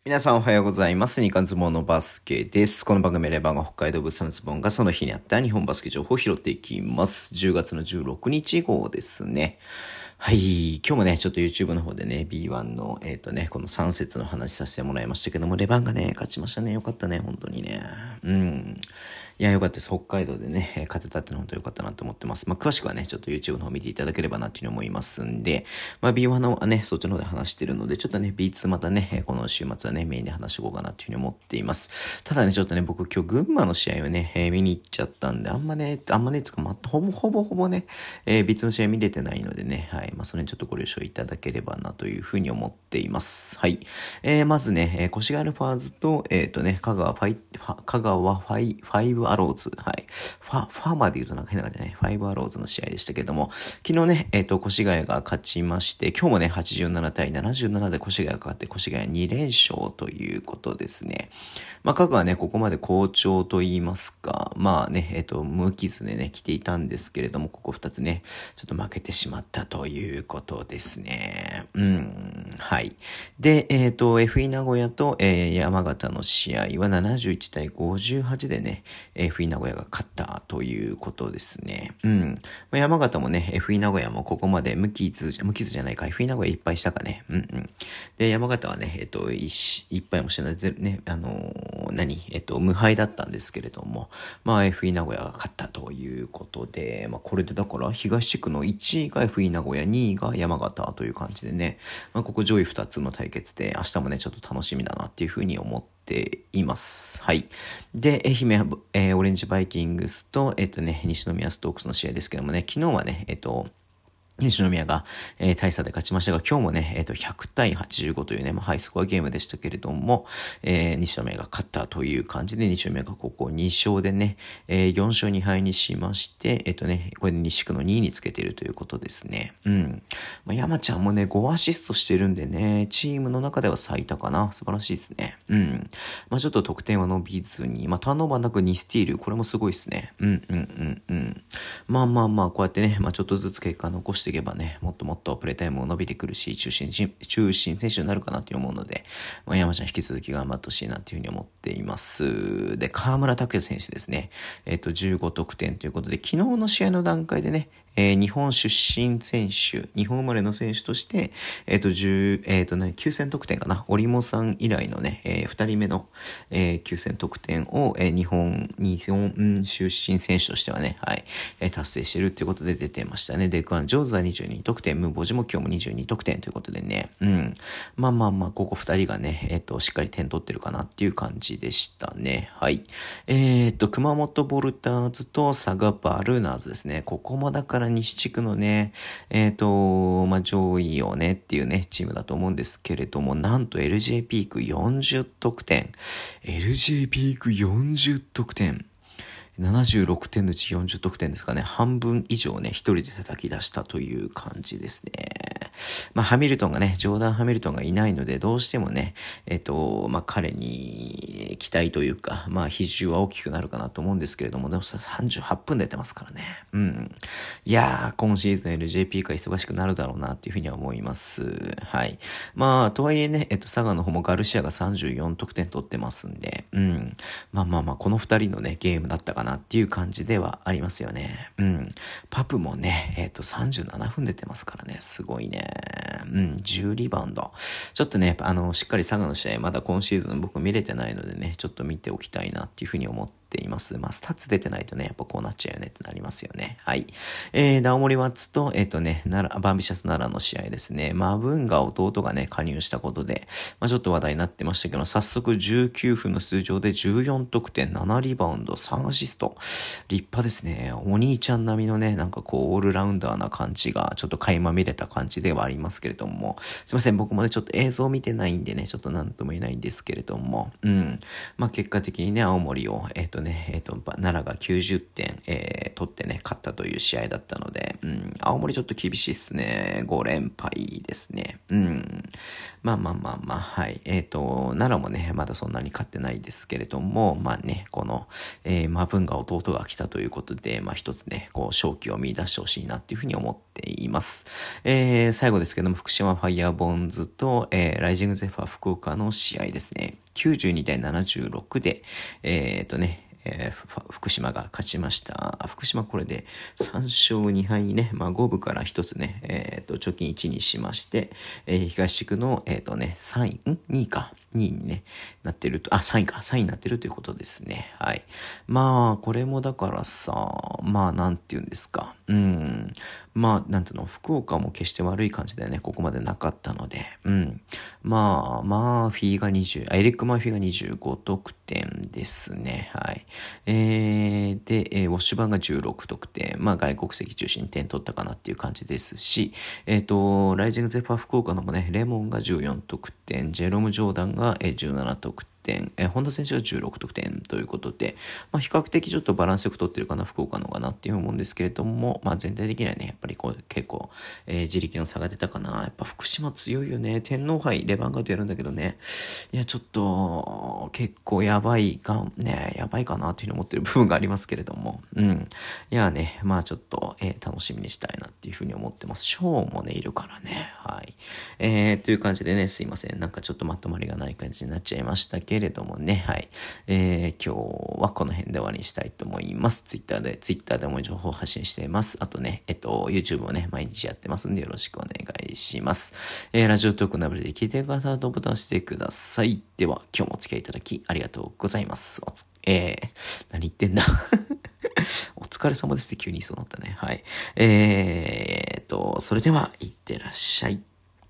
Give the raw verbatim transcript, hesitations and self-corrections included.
皆さんおはようございます。日刊ズボンのバスケです。この番組はレバーが北海道物産のズボンがその日にあった日本バスケ情報を拾っていきます。じゅうがつのじゅうろくにち号ですね。はい。今日もね、ちょっと YouTube の方でね、ビーワン の、えっとね、このさん節の話させてもらいましたけども、レバンがね、勝ちましたね。よかったね、本当にね。うん。いや、よかったです。北海道でね、勝てたってのは本当によかったなと思ってます。まあ、詳しくはね、ちょっと YouTube の方見ていただければなっていうふうに思いますんで、まあ、ビーワン のね、そっちの方で話してるので、ちょっとね、ビーツー またね、この週末はね、メインで話していこうかなっていうふうに思っています。ただね、ちょっとね、僕今日群馬の試合をね、えー、見に行っちゃったんで、あんまね、あんまね、つか、まあ、ほぼほぼほぼね、えー、ビーツー の試合見れてないのでね、はい。まあ、それにちょっとご了承いただければなというふうに思っています。はい。えー、まずね、えー、越谷のファーズと、えっとね、香川ファイ、香川ファイ、ファイブアローズ、はい。ファ、ファーマーで言うとなんか変な感じだね。ファイブアローズの試合でしたけども、昨日ね、えっと、越谷が勝ちまして、今日もね、はちじゅうななたいななじゅうななで越谷が勝って、越谷にれんしょうということですね。まあ、香川ね、ここまで好調と言いますか、まあね、えっと、無傷でね、来ていたんですけれども、ここふたつね、ちょっと負けてしまったということですね。うん、はい。で、えっと、エフイー 名古屋と、えー、山形の試合はななじゅういちたいごじゅうはちでね、エフイー 名古屋が勝ったということですね。うん。まあ、山形もね、エフイー 名古屋もここまで無傷じゃ、無傷じゃないか、エフイー 名古屋いっぱいしたかね。うんうん。で、山形はね、えっと、一、いっぱいもしてない、ぜね、あのー、何えっと、無敗だったんですけれども、まあ、エフイー 名古屋が勝ったということで、まあ、これでだから、東地区のいちいが エフイー 名古屋、にいが山形という感じでね、まあ、ここ上位ふたつの対決で、明日もね、ちょっと楽しみだなっていうふうに思っています。はい。で、愛媛、えー、オレンジバイキングスと、えっとね、西宮ストークスの試合ですけどもね、昨日はね、えっと、西宮が、えー、大差で勝ちましたが、今日もね、えっと、ひゃくたいはちじゅうごというね、まあ、ハイスコアゲームでしたけれども、えー、西宮が勝ったという感じで、西宮がここに勝でね、えー、よんしょうにはいにしまして、えっとね、これで西区のにいにつけているということですね。うん。まあ、山ちゃんもね、ごアシストしてるんでね、チームの中では最多かな。素晴らしいですね。うん。まあ、ちょっと得点は伸びずに、まあ、ターンオーバーなくにスティール、これもすごいですね。うんうんうんうん。まあまあまあ、こうやってね、まあ、ちょっとずつ結果残していけばね、もっともっとプレータイムも伸びてくるし、中心、中心選手になるかなと思うので、まあ、山ちゃん引き続き頑張ってほしいなというふうに思っています。で、河村拓也選手ですね。えっと、じゅうごとくてんということで、昨日の試合の段階でね、えー、日本出身選手、日本生まれの選手として、えっと、じゅう、えっとね、きゅうせんとくてんかな。オリモさん以来のね、えー、ふたりめの、えー、きゅうせんとくてんを、えー、日本、日本出身選手としてはね、はい、えー、達成してるっていうことで出てましたね。で、クワン・ジョーズはにじゅうにとくてん、ムーボジも今日もにじゅうにとくてんということでね、うん。まあまあまあ、ここふたりがね、えっと、しっかり点取ってるかなっていう感じでしたね。はい。えー、っと、熊本ボルターズと佐賀バルーナーズですね。ここもだから西地区のね、えっと、まあ上位をねっていうね、チームだと思うんですけれども、なんと エルジェー ピークよんじゅうとくてん。エルジェー ピークよんじゅうとくてん。ななじゅうろくてんのうちよんじゅうとくてんですかね。半分以上ね、一人で叩き出したという感じですね。まあ、ハミルトンがね、ジョーダン・ハミルトンがいないので、どうしてもね、えっと、まあ、彼に期待というか、まあ、比重は大きくなるかなと思うんですけれども、でもさんじゅうはっぷん出てますからね。うん。いやー、今シーズン エルジェーピー が忙しくなるだろうなっていうふうには思います。はい。まあ、とはいえね、えっと、佐賀の方もガルシアがさんじゅうよんとくてん取ってますんで、うん。まあまあまあ、このふたりのね、ゲームだったかなっていう感じではありますよね。うん。パプもね、えっと、さんじゅうななふん出てますからね。すごいね。うん、じゅうリバウンド。ちょっとね、あの、しっかり佐賀の試合、まだ今シーズン僕見れてないのでね、ちょっと見ておきたいなっていうふうに思っています。まあ、スタッツ出てないとね、やっぱこうなっちゃうよねってなりますよね。はい。えー、ダオモリワッツと、えっとね、奈良、バンビシャス奈良の試合ですね。まあ、ブンが弟がね、加入したことで、まあ、ちょっと話題になってましたけど、早速じゅうきゅうふんの出場でじゅうよんとくてん、ななリバウンド、さんアシスト。立派ですね。お兄ちゃん並みのね、なんかこう、オールラウンダーな感じが、ちょっと垣間見れた感じではありますけれども、すいません、僕もね、ちょっと映像見てないんでね、ちょっとなんとも言えないんですけれども、うん。まあ、結果的にね、青森を、えっと、 とね、えっと、奈良がきゅうじゅってん、えー、取ってね、勝ったという試合だったので、うん、青森ちょっと厳しいっすね。ご連敗ですね。うん。まあまあまあまあ、はい。えっと、奈良もね、まだそんなに勝ってないですけれども、まあね、この、えー、マブンが弟が来たということで、まあ一つね、こう、勝機を見出してほしいなっていうふうに思っています。えー、最後ですけども、福島ファイヤーボンズと、えー、ライジングゼファー福岡の試合ですね。きゅうじゅうにたいななじゅうろくで、えー、っとね、えー、福島が勝ちました。福島これでさんしょうにはいね、まあごぶから一つね、えっ、ー、と、貯金いちにしまして、えー、東地区の、えっ、ー、とね、さんい、ん ?に 位か。にいにね、なってると、あ、さんいか、さんいになってるということですね。はい。まあ、これもだからさ、まあ、なんて言うんですか。うん。まあ、なんていうの、福岡も決して悪い感じでね、ここまでなかったので、うん。まあ、まあ、フィーがにじゅう、エリック・マーフィーがにじゅうごとくてんですね。はい。えー、で、えー、ウォッシュバンがじゅうろくとくてん。まあ、外国籍中心に点取ったかなっていう感じですし、えっ、ー、と、ライジング・ゼファー福岡のもね、レモンがじゅうよんとくてん、ジェロム・ジョーダンがじゅうななとくてん、えー、本田選手がじゅうろくとくてんということで、まあ、比較的ちょっとバランスよく取ってるかな、福岡のかなっていう思うんですけれども、まあ、全体的にはね、やっぱりこう、結構、えー、自力の差が出たかな。やっぱ福島強いよね。天皇杯、レバンガードやるんだけどね。いや、ちょっと、結構やばいか、ね、やばいかなっていうふうに思ってる部分がありますけれども、うん。いやね、まあちょっと、えー、楽しみにしたいなっていうふうに思ってます。ショーもね、いるからね。はい。えー、という感じでね、すいません。なんかちょっとまとまりがない感じになっちゃいましたけれどもね、はい。えー、今日はこの辺で終わりにしたいと思います。ツイッターで、ツイッターでも情報発信しています。あとね、えっと、YouTube をね、毎日やってますんでよろしくお願いします。えー、ラジオトークナブルで聞いてる方はボタンを押してください。では、今日もお付き合いいただきありがとうございます。おつ、えー、何言ってんだお疲れ様ですって急に言いそうになったね。はい。えーっと、それでは、いってらっしゃい。